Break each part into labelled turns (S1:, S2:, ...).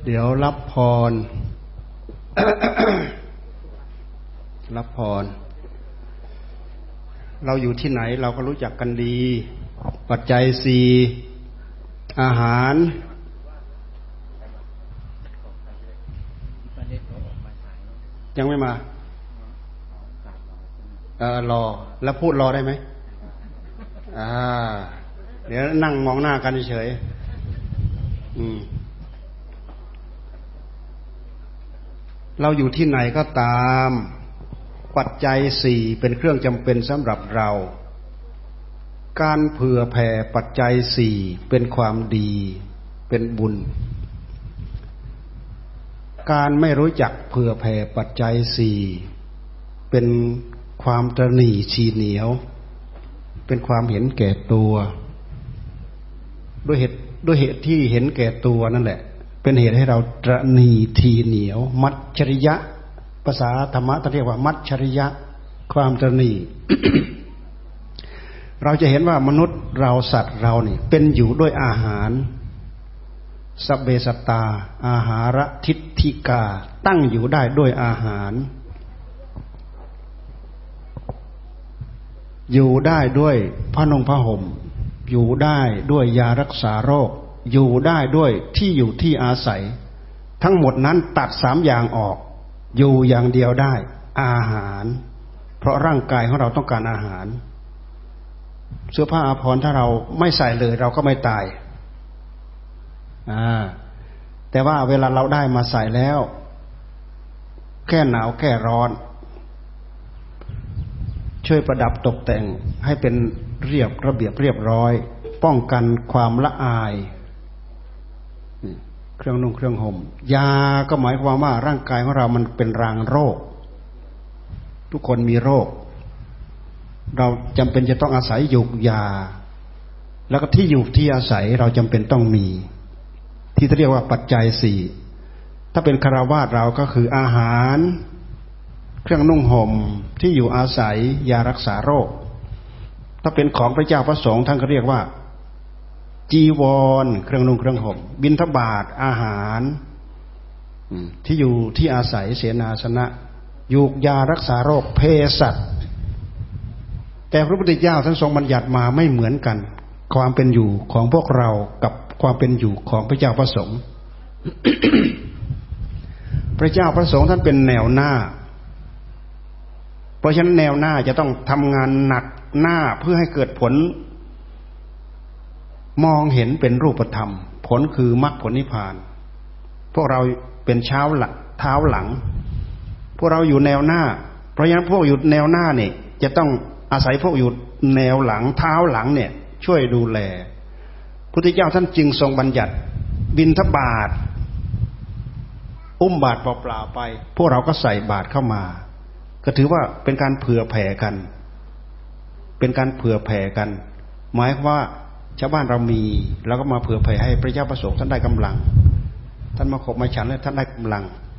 S1: เดี๋ยวรับพร รับพรเราอยู่ที่ไหนเราก็รู้จักกันดีปัจจัยสี่อาหารยังไม่มารอแล้วพูดรอได้ไหมเดี๋ยวนั่งมองหน้ากันเฉยเราอยู่ที่ไหนก็ตามปัจจัยสี่เป็นเครื่องจำเป็นสำหรับเราการเผื่อแผ่ปัจจัยสี่เป็นความดีเป็นบุญการไม่รู้จักเผื่อแผ่ปัจจัยสี่เป็นความตระหนี่ฉีเหนียวเป็นความเห็นแก่ตัวด้วยเหตุที่เห็นแก่ตัวนั่นแหละเป็นเหตุให้เราตระหนี่ทีเหนียวมัจฉริยะภาษาธรรมะเขาเรียกว่ามัจฉริยะความตระหนี่ เราจะเห็นว่ามนุษย์เราสัตว์เรานี่เป็นอยู่ด้วยอาหารสัพเพสัตตาอาหารทิฏฐิกาตั้งอยู่ได้ด้วยอาหารอยู่ได้ด้วยผ้านุ่งผ้าห่มอยู่ได้ด้วยยารักษาโรคอยู่ได้ด้วยที่อยู่ที่อาศัยทั้งหมดนั้นตัดสามอย่างออกอยู่อย่างเดียวได้อาหารเพราะร่างกายของเราต้องการอาหารเสื้อผ้าอาภรณ์ถ้าเราไม่ใส่เลยเราก็ไม่ตายแต่ว่าเวลาเราได้มาใส่แล้วแก้หนาวแก้ร้อนช่วยประดับตกแต่งให้เป็นระเบียบเรียบร้อยป้องกันความละอายเครื่องนุ่งเครื่องห่มยาก็หมายความว่าร่างกายของเรามันเป็นรางโรคทุกคนมีโรคเราจำเป็นจะต้องอาศัยยูกยาแล้วก็ที่อยู่ที่อาศัยเราจำเป็นต้องมีที่เรียกว่าปัจจัยสี่ถ้าเป็นฆราวาสเราก็คืออาหารเครื่องนุ่งห่มที่อยู่อาศัยยารักษาโรคถ้าเป็นของพระเจ้าพระสงฆ์ท่านก็เรียกว่าจีวรเครื่องนุ่งเครื่องห่มบิณฑบาตอาหารที่อยู่ที่อาศัยเสนาสนะยูกยารักษาโรคเภสัชแต่พระพุทธเจ้าท่านทรงบัญญัติมาไม่เหมือนกันความเป็นอยู่ของพวกเรากับความเป็นอยู่ของพระเจ้าพระสงฆ์ พระเจ้าพระสงฆ์ท่านเป็นแนวหน้าเพราะฉะนั้นแนวหน้าจะต้องทำงานหนักหน้าเพื่อให้เกิดผลมองเห็นเป็นรูปธรรมผลคือมรรคผลนิพพานพวกเราเป็นเท้าหลังพวกเราอยู่แนวหน้าเพราะฉะนั้นพวกอยู่แนวหน้าเนี่ยจะต้องอาศัยพวกอยู่แนวหลังเท้าหลังเนี่ยช่วยดูแลพุทธเจ้าท่านจึงทรงบัญญัติบิณฑบาตอุ้มบาตรเปล่าๆไปพวกเราก็ใส่บาตรเข้ามาก็ถือว่าเป็นการเผื่อแผ่กันเป็นการเผื่อแผ่กันหมายว่าชาวบ้านเรามีเราก็มาเผื่อแผ่ให้พระเจ้าพระสงฆ์ท่านได้กำลังท่านมาขบมาฉันแล้วท่านได้กำลัง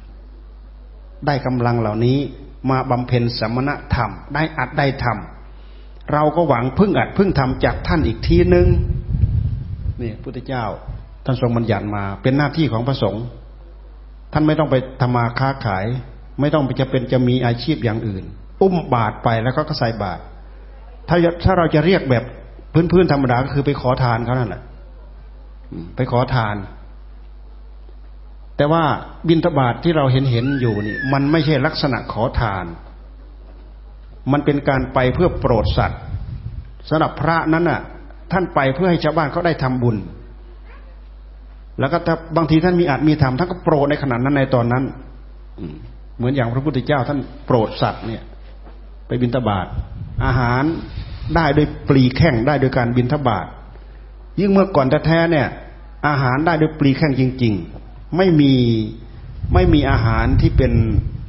S1: เหล่านี้มาบำเพ็ญสมณธรรมได้อัดได้ทำเราก็หวังพึ่งอัดพึ่งทำจากท่านอีกทีนึงนี่พุทธเจ้าท่านทรงบัญญัติมาเป็นหน้าที่ของพระสงฆ์ท่านไม่ต้องไปทำมาค้าขายไม่ต้องจะมีอาชีพอย่างอื่นอุ้มบาตรไปแล้วก็ใส่บาตรถ้าเราจะเรียกแบบพื้นธรรมดาก็คือไปขอทานเขานั่นแหละไปขอทานแต่ว่าบิณฑบาตที่เราเห็นอยู่นี่มันไม่ใช่ลักษณะขอทานมันเป็นการไปเพื่อโปรดสัตว์สำหรับพระนั้นน่ะท่านไปเพื่อให้ชาวบ้านเขาได้ทำบุญแล้วก็ถ้าบางทีท่านมีอาจมีธรรมท่านก็โปรดในขณะนั้นในตอนนั้นเหมือนอย่างพระพุทธเจ้าท่านโปรดสัตว์เนี่ยไปบิณฑบาตอาหารได้โดยปลีแข้งได้โดยการบิณฑบาตยิ่งเมื่อก่อนแท้ๆเนี่ยอาหารได้โดยปลีแข้งจริงๆไม่มีอาหารที่เป็น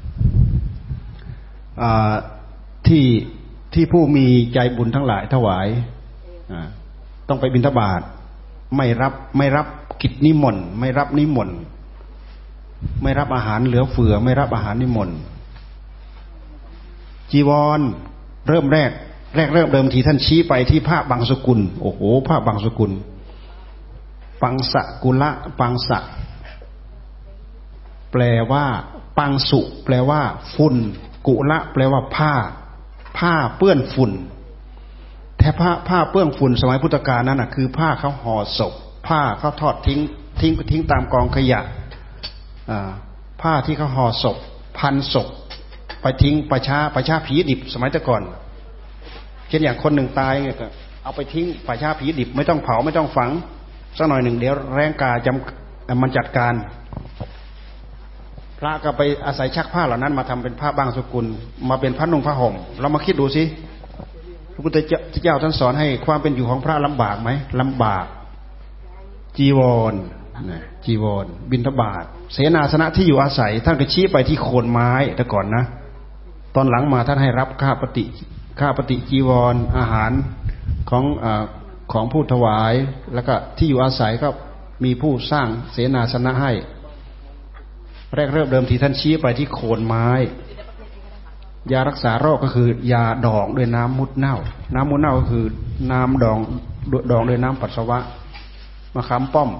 S1: ที่ผู้มีใจบุญทั้งหลายถวายต้องไปบิณฑบาตไม่รับกิจนิมนต์ไม่รับนิมนต์ไม่รับอาหารเหลือเฟือไม่รับอาหารนิมนต์จีวรเริ่มเดิมทีท่านชี้ไปที่ผ้าบางสกุลโอ้โหผ้าบางสกุลปังสกุละปังสะลว่าปังสุแปลว่าฝุ่นกุละแปลว่าผ้าเปื้อนฝุ่นแต่ผ้าเปื้อนฝุ่นสมัยพุทธกาลนั้นคือผ้าเขาห่อศพผ้าเขาทอดทิ้งตามกองขยะผ้าที่เขาห่อศพพันศพไปทิ้งประชาผีดิบสมัยแต่ก่อนเช่นอย่างคนหนึ่งตายเนี่ยก็เอาไปทิ้งประชาผีดิบไม่ต้องเผาไม่ต้องฝังสักหน่อยหนึ่งเดี๋ยวแรงกามันจัดการพระก็ไปอาศัยชักผ้าเหล่านั้นมาทำเป็นผ้าบางสกุลมาเป็นผ้านุ่งผ้าห่มเรามาคิดดูสิพระพุทธเจ้าท่านสอนให้ความเป็นอยู่ของพระลำบากไหมลำบากจีวรบิณฑบาตเสนาสนะที่อยู่อาศัยท่านก็ชี้ไปที่โคนไม้แต่ก่อนนะตอนหลังมาท่านให้รับค่าปฏิจีวรอาหารของผู้ถวายแล้วก็ที่อยู่อาศัยก็มีผู้สร้างเสนาสนะให้แรกเริ่มเดิมทีท่านชี้ไปที่โคนไม้ยารักษาโรคก็คือยาดองด้วยน้ำมุดเน่าก็คือน้ำดองด้วยน้ำปัสสาวะมะขามป้อม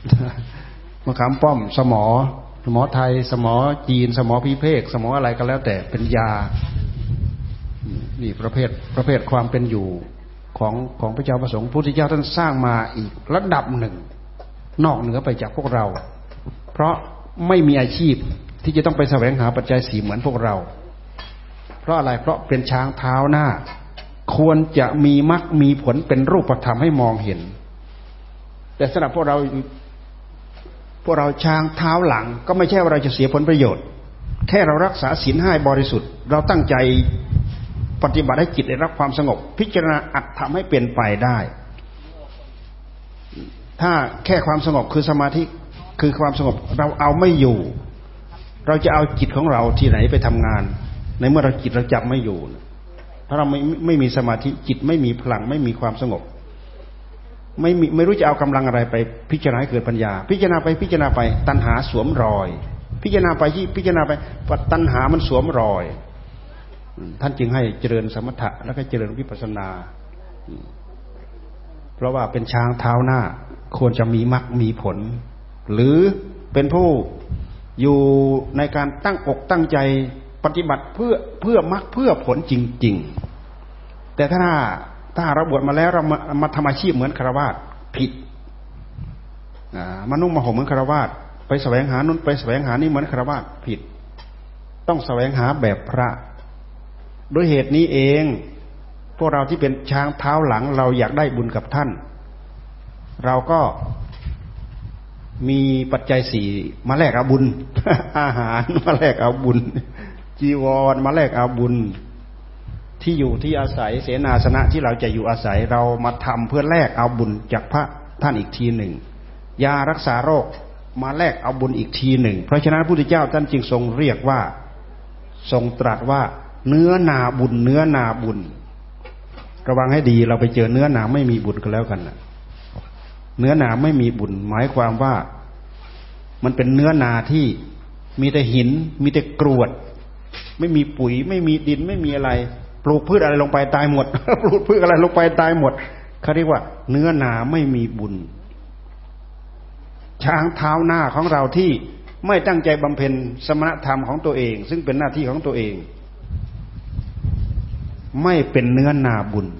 S1: สมอไทยสมอจีนสมอพิเภกสมออะไรก็แล้วแต่เป็นยานี่ประเภทความเป็นอยู่ของพระเจ้าประสงค์พุทธเจ้าท่านสร้างมาอีกระดับหนึ่งนอกเหนือไปจากพวกเราเพราะไม่มีอาชีพที่จะต้องไปแสวงหาปัจจัยสี่เหมือนพวกเราเพราะอะไรเพราะเป็นช้างเท้าหน้าควรจะมีมรรคมีผลเป็นรูปธรรมให้มองเห็นแต่สำหรับพวกเราช้างเท้าหลังก็ไม่ใช่ว่าเราจะเสียผลประโยชน์แค่เรารักษาศีล5บริสุทธิ์เราตั้งใจปฏิบัติให้จิตได้รับความสงบพิจารณาอัตทำให้เป็นไปได้ถ้าแค่ความสงบคือสมาธิคือความสงบเราเอาไม่อยู่เราจะเอาจิตของเราที่ไหนไปทำงานในเมื่อจิตเราจับไม่อยู่ถ้าเราไม่มีสมาธิจิตไม่มีพลังไม่มีความสงบไม่รู้จะเอากำลังอะไรไปพิจารณาให้เกิดปัญญาพิจารณาไปตัณหาสวมรอยพิจารณาไปตัณหามันสวมรอยท่านจึงให้เจริญสมถะแล้วก็เจริญวิปัสสนาเพราะว่าเป็นช้างเท้าหน้าควรจะมีมรรคมีผลหรือเป็นผู้อยู่ในการตั้งอกตั้งใจปฏิบัติเพื่อมรรคเพื่อผลจริงๆแต่ถ้าเราบวชมาแล้วเรามาทำอาชีพเหมือนฆราวาสผิดมานุ่งมาห่มเหมือนฆราวาสไปแสวงหานู่นไปแสวงหานี่เหมือนฆราวาสผิดต้องแสวงหาแบบพระด้วยเหตุนี้เองพวกเราที่เป็นช้างเท้าหลังเราอยากได้บุญกับท่านเราก็มีปัจจัยสี่มาแลกเอาบุญ อาหารมาแลกเอาบุญจีวรมาแลกเอาบุญที่อยู่ที่อาศัยเสนาสนะที่เราจะอยู่อาศัยเรามาทำเพื่อแลกเอาบุญจากพระท่านอีกทีหนึ่งยารักษาโรคมาแลกเอาบุญอีกทีหนึ่งเพราะฉะนั้นพระพุทธเจ้าท่านจึงทรงเรียกว่าทรงตรัสว่าเนื้อนาบุญระวังให้ดีเราไปเจอเนื้อนาไม่มีบุญกันแล้วกันนะเนื้อนาไม่มีบุญหมายความว่ามันเป็นเนื้อนาที่มีแต่หินมีแต่กรวดไม่มีปุ๋ยไม่มีดินไม่มีอะไรปลูกพืชอะไรลงไปตายหมด ปลูกพืชอะไรลงไปตายหมดเขาเรียกว่าเนื้อนาไม่มีบุญช้างเท้าหน้าของเราที่ไม่ตั้งใจบำเพ็ญสมณธรรมของตัวเองซึ่งเป็นหน้าที่ของตัวเองไม่เป็นเนื้อนาบุญ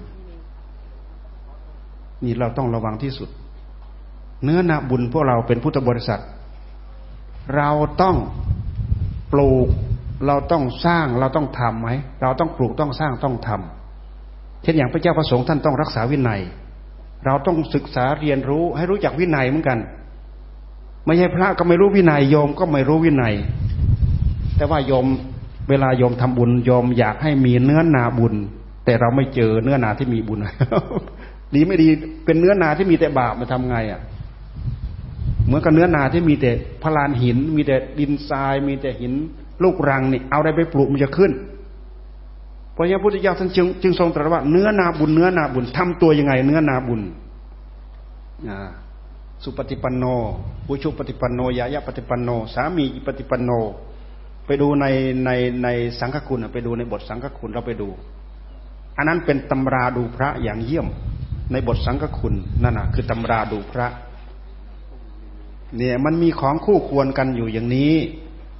S1: นี่เราต้องระวังที่สุดเนื้อนาบุญพวกเราเป็นพุทธบริษัทเราต้องปลูกเราต้องสร้างเราต้องทำไหมเราต้องปลูกต้องสร้างต้องทำเช่นอย่างพระเจ้าประสงค์ท่านต้องรักษาวินัยเราต้องศึกษาเรียนรู้ให้รู้จักวินัยเหมือนกันไม่ใช่พระก็ไม่รู้วินัยโยมก็ไม่รู้วินัยแต่ว่าโยมเวลาโยมทำบุญโยมอยากให้มีเนื้อนาบุญแต่เราไม่เจอเนื้อนาที่มีบุญ ดีไม่ดีเป็นเนื้อนาที่มีแต่บาปมาทำไงอ่ะเหมือนกับเนื้อนาที่มีแต่พลานหินมีแต่ดินทรายมีแต่หินลูกรังนี่เอาอะไรไปปลูกมันจะขึ้นเพราะฉะนั้นพระพุทธเจ้าท่านจึงทรงตรัสว่าเนื้อนาบุญทำตัวยังไงเนื้อนาบุญสุปฏิปันโนปุชุปฏิปันโนยายะปฏิปันโนสามีปฏิปันโนไปดูในสังฆคุณไปดูในบทสังฆคุณเราไปดูอันนั้นเป็นตำราดูพระอย่างเยี่ยมในบทสังฆคุณนั่นน่ะคือตำราดูพระเนี่ยมันมีของคู่ควรกันอยู่อย่างนี้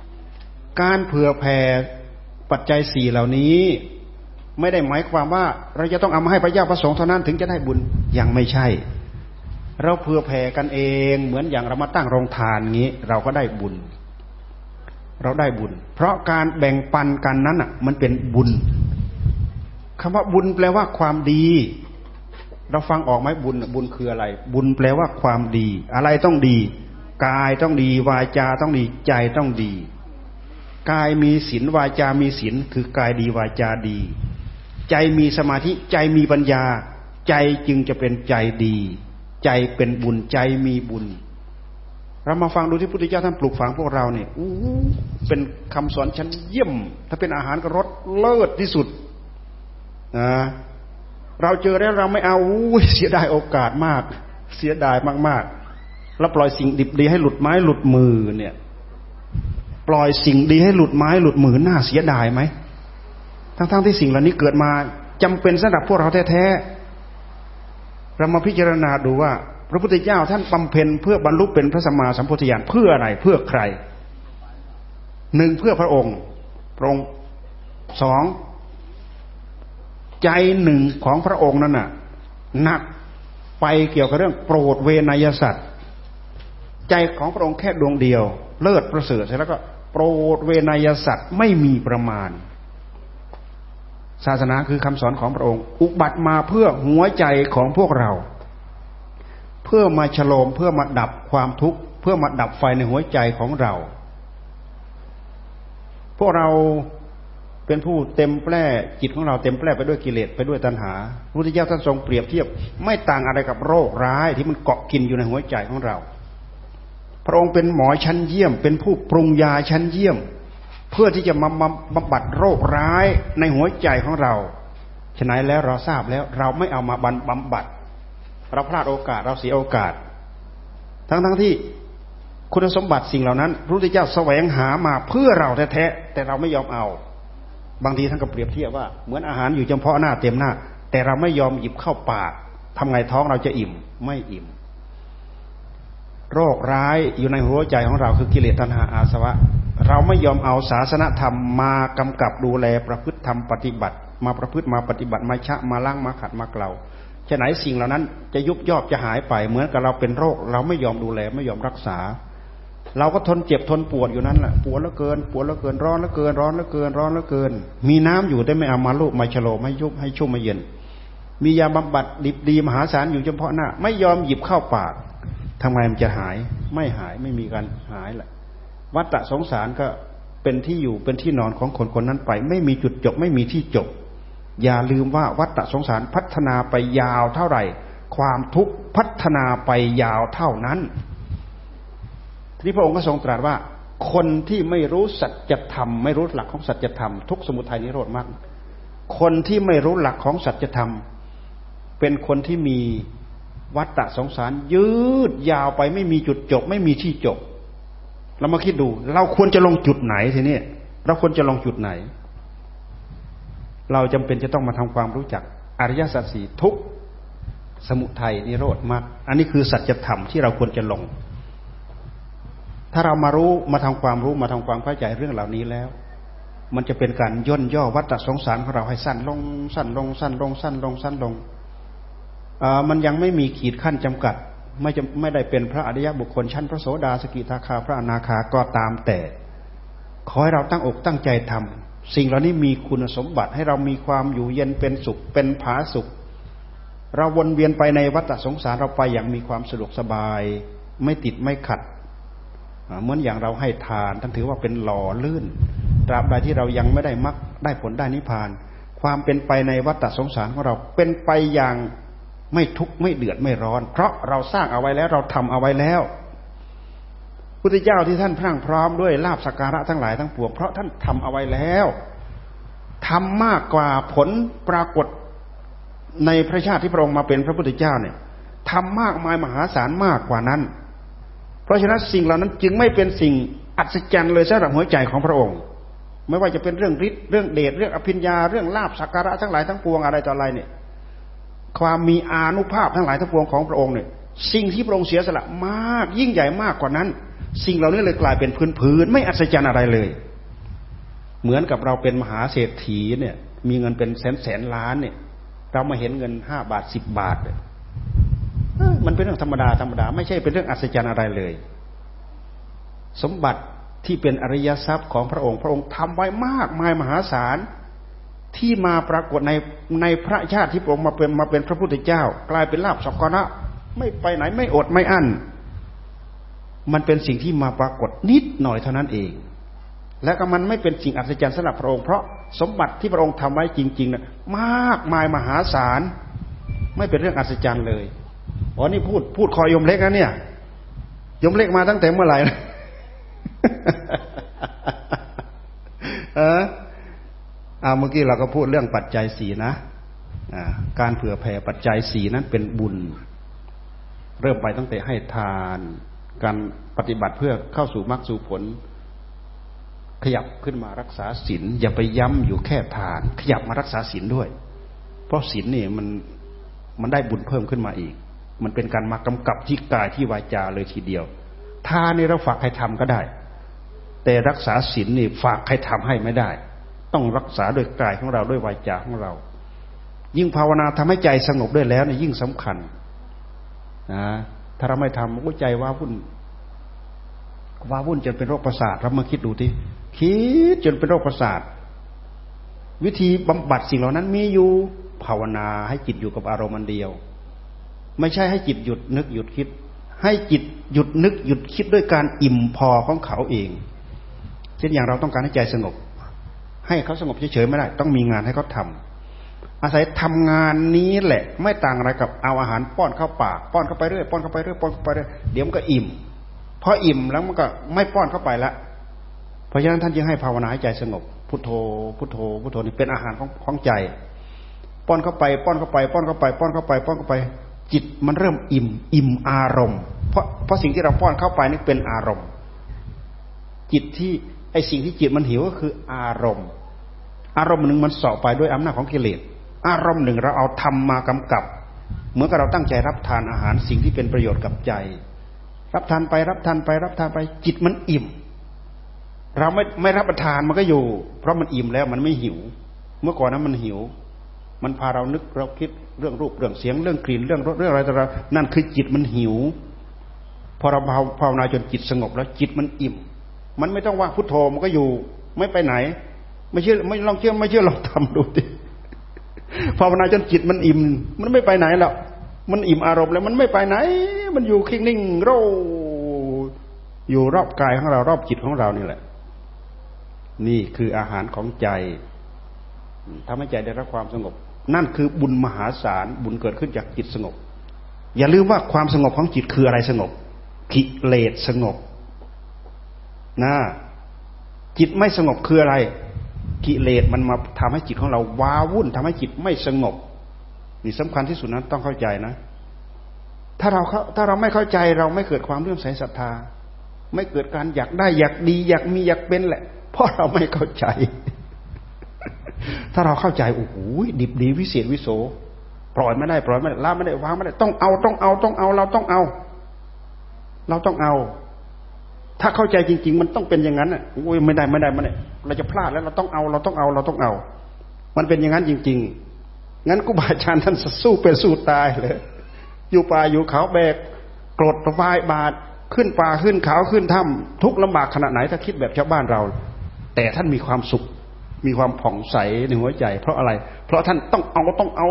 S1: การเผื่อแผ่ปัจจัย4เหล่านี้ไม่ได้หมายความว่าเราจะต้องเอามาให้พระเจ้าพระสงฆ์เท่านั้นถึงจะได้บุญยังไม่ใช่เราเผื่อแผ่กันเองเหมือนอย่างเรามาตั้งโรงทานงี้เราก็ได้บุญเราได้บุญเพราะการแบ่งปันกันนั้นอ่ะมันเป็นบุญคำว่าบุญแปลว่าความดีเราฟังออกไหมบุญบุญคืออะไรบุญแปลว่าความดีอะไรต้องดีกายต้องดีวาจาต้องดีใจต้องดีกายมีศีลวาจามีศีลคือกายดีวาจาดีใจมีสมาธิใจมีปัญญาใจจึงจะเป็นใจดีใจเป็นบุญใจมีบุญเรามาฟังดูที่พระพุทธเจ้าท่านปลูกฝังพวกเราเนี่ยเป็นคำสอนชั้นเยี่ยมถ้าเป็นอาหารก็รสเลิศที่สุดนะเราเจอแล้วเราไม่เอาเสียดายโอกาสมากเสียดายมากๆแล้วปล่อยสิ่งดิบดีให้หลุดไม้หลุดมือเนี่ยปล่อยสิ่งดีให้หลุดไม้หลุดมือน่าเสียดายไหมทั้งที่สิ่งเหล่านี้เกิดมาจำเป็นสำหรับพวกเราแท้ๆเรามาพิจารณาดูว่าพระพุทธเจ้าท่านบำเพ็ญเพื่อบรรลุเป็นพระสัมมาสัมพุทธญาณเพื่ออะไรเพื่อใครหนึ่งเพื่อพระองค์สองใจหนึ่งของพระองค์นั้นน่ะหนักไปเกี่ยวกับเรื่องโปรดเวนยสัตว์ใจของพระองค์แค่ดวงเดียวเลิศประเสริฐเสร็จแล้วก็โปรดเวนยสัตว์ไม่มีประมาณศาสนาคือคำสอนของพระองค์อุบัติมาเพื่อหัวใจของพวกเราเพื่อมาฉโลมเพื่อมาดับความทุกข์เพื่อมาดับไฟในหัวใจของเราพวกเราเป็นผู้เต็มแปร่จิตของเราเต็มแปร่ไปด้วยกิเลสไปด้วยตัณหาพระพุทธเจ้าท่านทรงเปรียบเทียบไม่ต่างอะไรกับโรคร้ายที่มันเกาะกินอยู่ในหัวใจของเราพระองค์เป็นหมอชั้นเยี่ยมเป็นผู้ปรุงยาชั้นเยี่ยมเพื่อที่จะมาบำบัดโรคร้ายในหัวใจของเราฉะนั้นแล้วเราทราบแล้วเราไม่เอามาบำบัดเราพลาดโอกาสเราเสียโอกาสทั้งที่คุณสมบัติสิ่งเหล่านั้นพระพุทธเจ้าแสวงหามาเพื่อเราแท้ๆแต่เราไม่ยอมเอาบางทีท่านก็เปรียบเทียบว่าเหมือนอาหารอยู่เฉพาะหน้าเต็มหน้าแต่เราไม่ยอมหยิบเข้าปากทำไงท้องเราจะอิ่มไม่อิ่มโรคร้ายอยู่ในหัวใจของเราคือกิเลสตัณหาอาสวะเราไม่ยอมเอาศาสนธรรมมากำกับดูแลประพฤติธรรมปฏิบัติมาประพฤติมาปฏิบัติมาชะมาล้างมาขัดมาเกลาฉะไหนสิ่งเหล่านั้นจะยุบย่อจะหายไปเหมือนกับเราเป็นโรคเราไม่ยอมดูแลไม่ยอมรักษาเราก็ทนเจ็บทนปวดอยู่นั้นแหละปวดเหลือเกินปวดเหลือเกินร้อนเหลือเกินร้อนเหลือเกินร้อนเหลือเกินมีน้ำอยู่แต่ไม่เอามาลูบมาฉโลมให้ยุบให้ชุ่มให้เย็นมียาบำบัดดิบดีมหาศาลอยู่เฉพาะหน้าไม่ยอมหยิบเข้าปากทำไมมันจะหายไม่หายไม่มีการหายแหละวัฏสงสารก็เป็นที่อยู่เป็นที่นอนของคนคนนั้นไปไม่มีจุดจบไม่มีที่จบอย่าลืมว่าวัฏสงสารพัฒนาไปยาวเท่าไหร่ความทุกข์พัฒนาไปยาวเท่านั้นทีนี้พระองค์ก็ทรงตรัสว่าคนที่ไม่รู้สัจธรรมไม่รู้หลักของสัจธรรมทุกข์สมุทัยนิโรธมรรคคนที่ไม่รู้หลักของสัจธรรมเป็นคนที่มีวัฏสงสารยืดยาวไปไม่มีจุดจบไม่มีที่จบเรามาคิดดูเราควรจะลงจุดไหนทีนี้เราควรจะลงจุดไหนเราจำเป็นจะต้องมาทำความรู้จักอริยสัจสี่ทุกข์สมุทัยนิโรธมรรคอันนี้คือสัจธรรมที่เราควรจะลงถ้าเรามารู้มาทำความรู้มาทำความเข้าใจเรื่องเหล่านี้แล้วมันจะเป็นการย่นย่อวัฏสงสารของเราให้สั้นลงสั้นลงสั้นลงสั้นลงสั้นลงมันยังไม่มีขีดขั้นจำกัดไม่ได้เป็นพระอริยบุคคลชั้นพระโสดาสกิทาคาพระอนาคาก็ตามแต่ขอให้เราตั้งอกตั้งใจทำสิ่งเหล่านี้มีคุณสมบัติให้เรามีความอยู่เย็นเป็นสุขเป็นผาสุขเราวนเวียนไปในวัฏสงสารเราไปอย่างมีความสะดวกสบายไม่ติดไม่ขัดเหมือนอย่างเราให้ทานท่านถือว่าเป็นหล่อลื่นตราบใดที่เรายังไม่ได้มรรคได้ผลได้นิพพานความเป็นไปในวัฏสงสารของเราเป็นไปอย่างไม่ทุกข์ไม่เดือดไม่ร้อนเพราะเราสร้างเอาไว้แล้วเราทำเอาไว้แล้วพุทธเจ้าที่ท่านพรั่งพร้อมด้วยลาภสักการะทั้งหลายทั้งปวงเพราะท่านทำเอาไว้แล้วทำมากกว่าผลปรากฏในพระชาติที่พระองค์มาเป็นพระพุทธเจ้าเนี่ยทำมากมายมหาศาลมากกว่านั้นเพราะฉะนั้นสิ่งเหล่านั้นจึงไม่เป็นสิ่งอัศจรรย์เลยสำหรับหัวใจของพระองค์ไม่ว่าจะเป็นเรื่องฤทธิ์เรื่องเดชเรื่องอภิญญาเรื่องลาภสักการะทั้งหลายทั้งปวงอะไรต่ออะไรเนี่ยความมีอานุภาพทั้งหลายทั้งปวงของพระองค์เนี่ยสิ่งที่พระองค์เสียสละมากยิ่งใหญ่มากกว่านั้นสิ่งเหล่านี้เลยกลายเป็นพื้นไม่อัศจรรย์อะไรเลยเหมือนกับเราเป็นมหาเศรษฐีเนี่ยมีเงินเป็นแสนล้านเนี่ยเรามาเห็นเงิน5 บาท10 บาทเนี่ยมันเป็นเรื่องธรรมดาไม่ใช่เป็นเรื่องอัศจรรย์อะไรเลยสมบัติที่เป็นอริยทรัพย์ของพระองค์ทำไว้มากมายมหาศาลที่มาปรากฏในพระชาติที่พระองค์มาเป็นพระพุทธเจ้ากลายเป็นลาภสักการะไม่ไปไหนไม่อดไม่อั้นมันเป็นสิ่งที่มาปรากฏนิดหน่อยเท่านั้นเองและก็มันไม่เป็นสิ่งอัศจรรย์สำหรับพระองค์เพราะสมบัติที่พระองค์ทำไว้จริงๆนะมากมายมหาศาลไม่เป็นเรื่องอัศจรรย์เลยอ๋อนี่พูดคอยยมเล็กนะเนี่ยยมเล็กมาตั้งแต่เมื่อไหร่นะเมื่อกี้เราก็พูดเรื่องปัจจัย4นะการเผื่อแผ่ปัจจัย4นั้นเป็นบุญเริ่มไปตั้งแต่ให้ทานการปฏิบัติเพื่อเข้าสู่มรรคสู่ผลขยับขึ้นมารักษาศีลอย่าไปย้ำอยู่แค่ทานขยับมารักษาศีลด้วยเพราะศีลนี่มันได้บุญเพิ่มขึ้นมาอีกมันเป็นการมากำกับที่กายที่วาจาเลยทีเดียวทานนี่เราฝากใครทำก็ได้แต่รักษาศีลนี่ฝากใครทำให้ไม่ได้ต้องรักษาโดยกายของเราด้วยวาจาของเรายิ่งภาวนาทำให้ใจสงบด้วยแล้วเนี่ยยิ่งสำคัญนะถ้าเราไม่ทำหัวใจว้าวุ่นจนเป็นโรคประสาทเรามาคิดดูทีคิดจนเป็นโรคประสาทวิธีบำบัดสิ่งเหล่านั้นมีอยู่ภาวนาให้จิตอยู่กับอารมณ์อันเดียวไม่ใช่ให้จิตหยุดนึกหยุดคิดให้จิตหยุดนึกหยุดคิดด้วยการอิ่มพอของเขาเองเช่นอย่างเราต้องการให้ใจสงบให้เขาสงบเฉยๆไม่ได้ต้องมีงานให้เขาทำอาศัยทำงานนี้แหละไม่ต่างอะไรกับเอาอาหารป้อนเข้าปากป้อนเข้าไปเรื่อยป้อนเข้าไปเรื่อยป้อนเข้าไปเรื่อยเดี๋ยวมันก็อิ่มพออิ่มแล้วมันก็ไม่ป้อนเข้าไปละเพราะฉะนั้นท่านจึงให้ภาวนาให้ใจสงบพุทโธพุทโธพุทโธนี่เป็นอาหารของใจป้อนเข้าไปป้อนเข้าไปป้อนเข้าไปป้อนเข้าไปป้อนเข้าไปจิตมันเริ่มอิ่มอารมณ์เพราะสิ่งที่เราป้อนเข้าไปนี่เป็นอารมณ์จิตที่ไอสิ่งที่จิตมันหิวก็คืออารมณ์หนึ่งมันเสาะไปด้วยอำนาจของกิเลสอารมณ์หนึ่งเราเอาธรรมมากำกับเหมือนกับเราตั้งใจรับทานอาหารสิ่งที่เป็นประโยชน์กับใจรับทานไปจิตมันอิ่มเราไม่รับประทานมันก็อยู่เพราะมันอิ่มแล้วมันไม่หิวเมื่อก่อนนั้นมันหิวมันพาเรานึกเราคิดเรื่องรูปเรื่องเสียงเรื่องกลิ่นเรื่องรสเรื่องอะไรต่างๆนั่นคือจิตมันหิวพอเราภาวนาจนจิตสงบแล้วจิตมันอิ่มมันไม่ต้องว่าพุทโธมันก็อยู่ไม่ไปไหนไม่เชื่อลองทำดูดิภาวนาจนจิตมันอิ่มมันไม่ไปไหนหรอกมันอิ่มอารมณ์แล้วมันไม่ไปไหนมันอยู่นิ่งๆโรอยู่รอบกายของเรารอบจิตของเรานี่แหละนี่คืออาหารของใจทำให้ใจได้รับความสงบนั่นคือบุญมหาศาลบุญเกิดขึ้นจากจิตสงบอย่าลืมว่าความสงบของจิตคืออะไรสงบกิเลสสงบนะจิตไม่สงบคืออะไรกิเลสมันมาทำให้จิตของเราว้าวุ่นทำให้จิตไม่สงบนี่สำคัญที่สุดนั้นต้องเข้าใจนะถ้าเราไม่เข้าใจเราไม่เกิดความเลื่อมใสศรัทธาไม่เกิดการอยากได้อยากดีอยากมีอยากเป็นแหละเพราะเราไม่เข้าใจถ้าเราเข้าใจโอ้โหดิบดีวิเศษวิโสปล่อยไม่ได้ละไม่ได้วางไม่ได้ต้องเอาเราต้องเอาถ้าเข้าใจจริงๆมันต้องเป็นอย่างนั้นอ่ะโอ้ยไม่ได้เราจะพลาดแล้วเราต้องเอามันเป็นอย่างนั้นจริงๆงั้นครูบาอาจารย์ท่านสู้เป็นสู้ตายเลยอยู่ป่าอยู่เขาแบกกรดระบายบาดขึ้นป่าขึ้นเขาขึ้นถ้ำทุกข์ลำบากขนาดไหนถ้าคิดแบบชาวบ้านเราแต่ท่านมีความสุขมีความผ่องใสในหัวใจเพราะอะไรเพราะท่านต้องเอา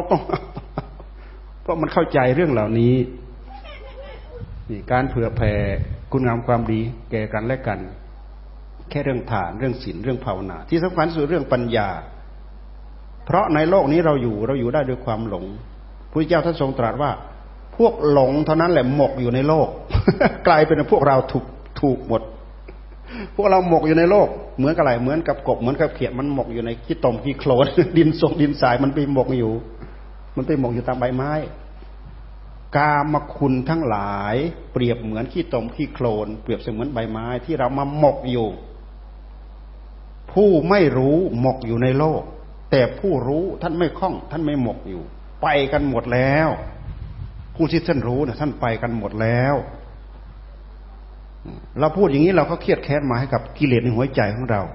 S1: เพราะมันเข้าใจเรื่องเหล่านี้นี่การเผื่อแผ่คุณงามความดีแก่กันและกันแค่เรื่องทานเรื่องศีลเรื่องภาวนาที่สำคัญสุดเรื่องปัญญาเพราะในโลกนี้เราอยู่ได้ด้วยความหลงพระพุทธเจ้าท่านทรงตรัสว่าพวกหลงเท่านั้นแหละหมกอยู่ในโลก กลายเป็นพวกเราถูกหมดพวกเราหมกอยู่ในโลกเหมือนกับอะไรเหมือนกับกบเหมือนกับเขียดมันหมกอยู่ในขี้ตมขี้โคลน ดินทรายมันไปหมกอยู่ตามใบไม้กามคุณทั้งหลายเปรียบเหมือนขี้ตมขี้โคลนเปรียบเสมือนใบไม้ที่เรามาหมกอยู่ผู้ไม่รู้หมกอยู่ในโลกแต่ผู้รู้ท่านไม่คล่องท่านไม่หมกอยู่ไปกันหมดแล้วผู้ที่ท่านรู้เนี่ยท่านไปกันหมดแล้วเราพูดอย่างนี้เราก็เครียดแค้นมาให้กับกิเลสในหัวใจของเรา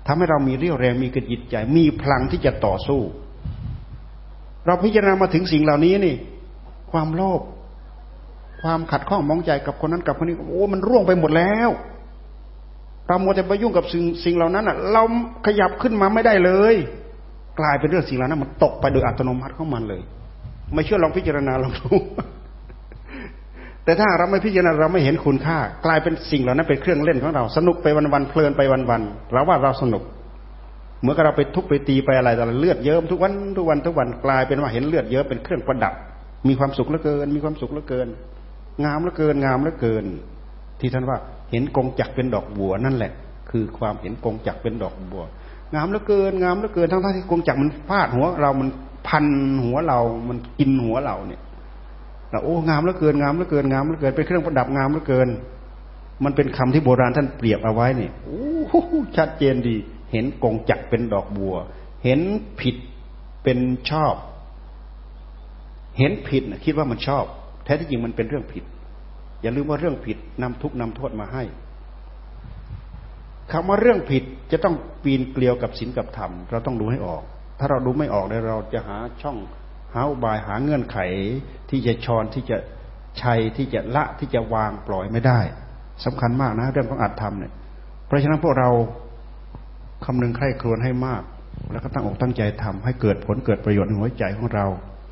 S1: ทำให้เรามีเรี่ยวแรงมีกระจิตใจมีพลังที่จะต่อสู้เราพิจารณามาถึงสิ่งเหล่านี้นี่ความโลภความขัดข้องมองใจกับคนนั้นกับคนนี้โอ้มันร่วงไปหมดแล้วเรามัวแต่ไปยุ่งกับสิ่งเหล่านั้นอ่ะเราขยับขึ้นมาไม่ได้เลยกลายเป็นเรื่องสิ่งเหล่านั้นมันตกไปโดยอัตโนมัติของมันเลยไม่เชื่อลองพิจารณาลองดูแต่ถ้าเราไม่พิจารณาเราไม่เห็นคุณค่ากลายเป็นสิ่งเหล่านั้นเป็นเครื่องเล่นของเราสนุกไปวันๆเพลินไปวันๆเราว่าเราสนุกเหมือนกับเราไปทุบไปตีไปอะไรแต่เลือดเยิ้มทุกวันกลายเป็นว่าเห็นเลือดเยิ้มเป็นเครื่องประดับมีความสุขเหลือเกินมีความสุขเหลือเกินงามเหลือเกินงามเหลือเกินที่ท่านว่าเห็นกงจักรเป็นดอกบัวนั่นแหละคือความเห็นกงจักรเป็นดอกบัวงามเหลือเกินงามเหลือเกินทั้งที่กงจักรมันฟาดหัวเรามันพันหัวเรามันกินหัวเราเนี่ยเราโอ้งามเหลือเกินงามเหลือเกินงามเหลือเกินเป็นเครื่องประดับงามเหลือเกินมันเป็นคำที่โบราณท่านเปรียบเอาไว้เนี่ยโอ้ชัดเจนดีเห็นกงจักรเป็นดอกบัวเห็นผิดเป็นชอบเห็นผิดนะคิดว่ามันชอบแท้ที่จริงมันเป็นเรื่องผิดอย่าลืมว่าเรื่องผิดนำทุกข์นำโทษมาให้คำว่าเรื่องผิดจะต้องปีนเกลียวกับศีลกับธรรมเราต้องดูให้ออกถ้าเราดูไม่ออกเลยเราจะหาช่องหาอุบายหาเงื่อนไขที่จะชอนที่จะชัยที่จะละที่จะวางปล่อยไม่ได้สำคัญมากนะเรื่องของอัตธรรมเนี่ยเพราะฉะนั้นพวกเราคำนึงใคร่ครวญให้มากแล้วก็ตั้งอกตั้งใจทำให้เกิดผลเกิดประโยชน์ในหัวใจของเรา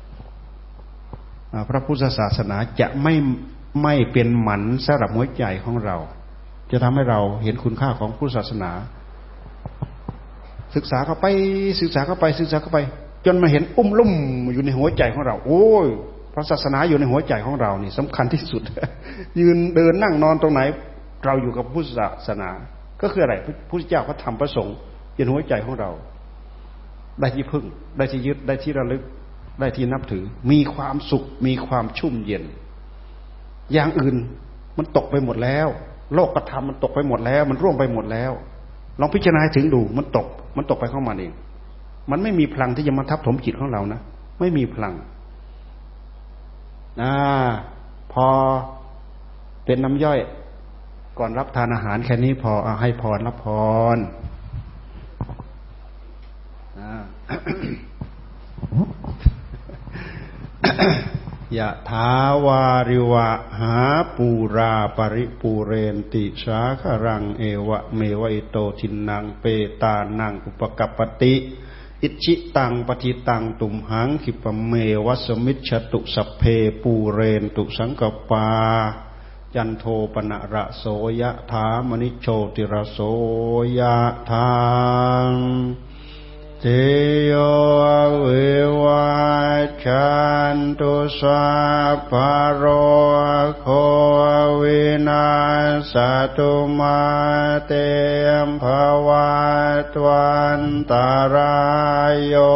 S1: พระพุทธศาสนาจะไม่เป็นหมันสำหรับหัวใจของเราจะทำให้เราเห็นคุณค่าของพุทธศาสนาศึกษาเข้าไปศึกษาเข้าไปศึกษาเข้าไปจนมาเห็นลุ่มอยู่ในหัวใจของเราโอ้ยพระศาสนาอยู่ในหัวใจของเรานี่สำคัญที่สุดยืนเดินนั่งนอนตรงไหนเราอยู่กับพุทธศาสนาก็คืออะไรพระพุทธเจ้าพระธรรมพระสงฆ์อยู่ในหัวใจของเราได้ที่พึ่งได้ที่ยึดได้ที่ระลึกได้ที่นับถือมีความสุขมีความชุ่มเย็นอย่างอื่นมันตกไปหมดแล้วโลกธรรมมันตกไปหมดแล้วมันร่วงไปหมดแล้วลองพิจารณาถึงดูมันตกไปของมันเองมันไม่มีพลังที่จะมาทับถมจิตของเรานะไม่มีพลังพอเป็นน้ำย่อยก่อนรับทานอาหารแค่นี้พอให้พรรับพรยะถาวาริวะหาปูราปริปูเรนติสาครังเอวะเมวะอิโตทินังเปตานังอุปกัปปติอิชิตังปฏิตังตุมหังคิปเมวัสมิจฉตุสัพเพปูเรนตุสังกปาจันโทปนะระโสยะถามณิโชติระโสยะถาเตโยเววัชชันตุสัพพะโรโควินาศตุมาเตมภวัตวันตรายโย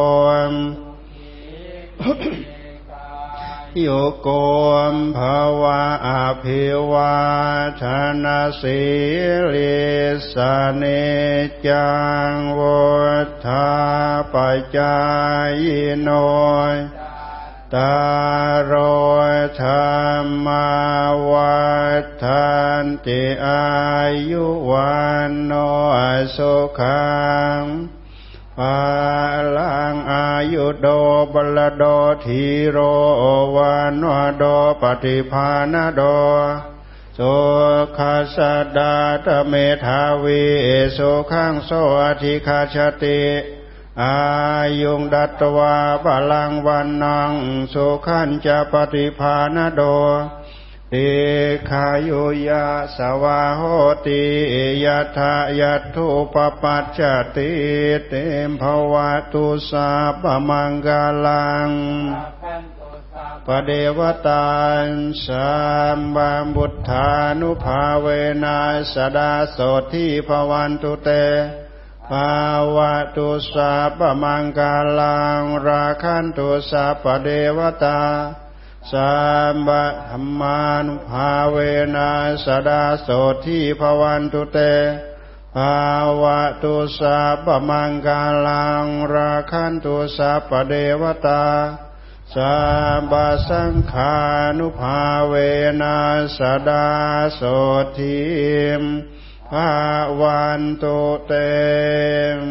S1: โยโกมภวะอภิวาทนาสีลิสเนจังวุฒาปัจจายโนตารโรธรรมวัฏันติอายุวันโนสุขังปาลังอายุโดบลโดทีโรวันวโดปฏิภาณโดสุขัสสดาตเมธาวีสุขังโสอธิคาชติอายุงดัตตวาพลังวันนังสุขันจะปฏิภาณโดเอขายุยะสวาโหติยัตถะยัตถุปปัจจติเตมภวตุสาปมังกาลังปเดวตาสัมบัมบุทธานุภาเวนะสดาโสทิภวันตุเตภาวตุสาปมังกาลังราคันตุสาปเดวตาสัมบะธรรมานุภาเวนะสดาโสทิภวันตุเตภาวตุสาปมังกาลังราคันตุสาปเดวตาสัมบะสังฆานุภาเวนะสดาโสทิภาวันโตเตม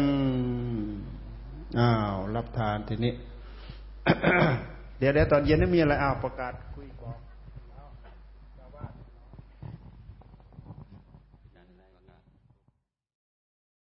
S1: รับทานทีนี้ เดี๋ยวตอนเย็นนี่มีอะไรประกาศคุยก่อน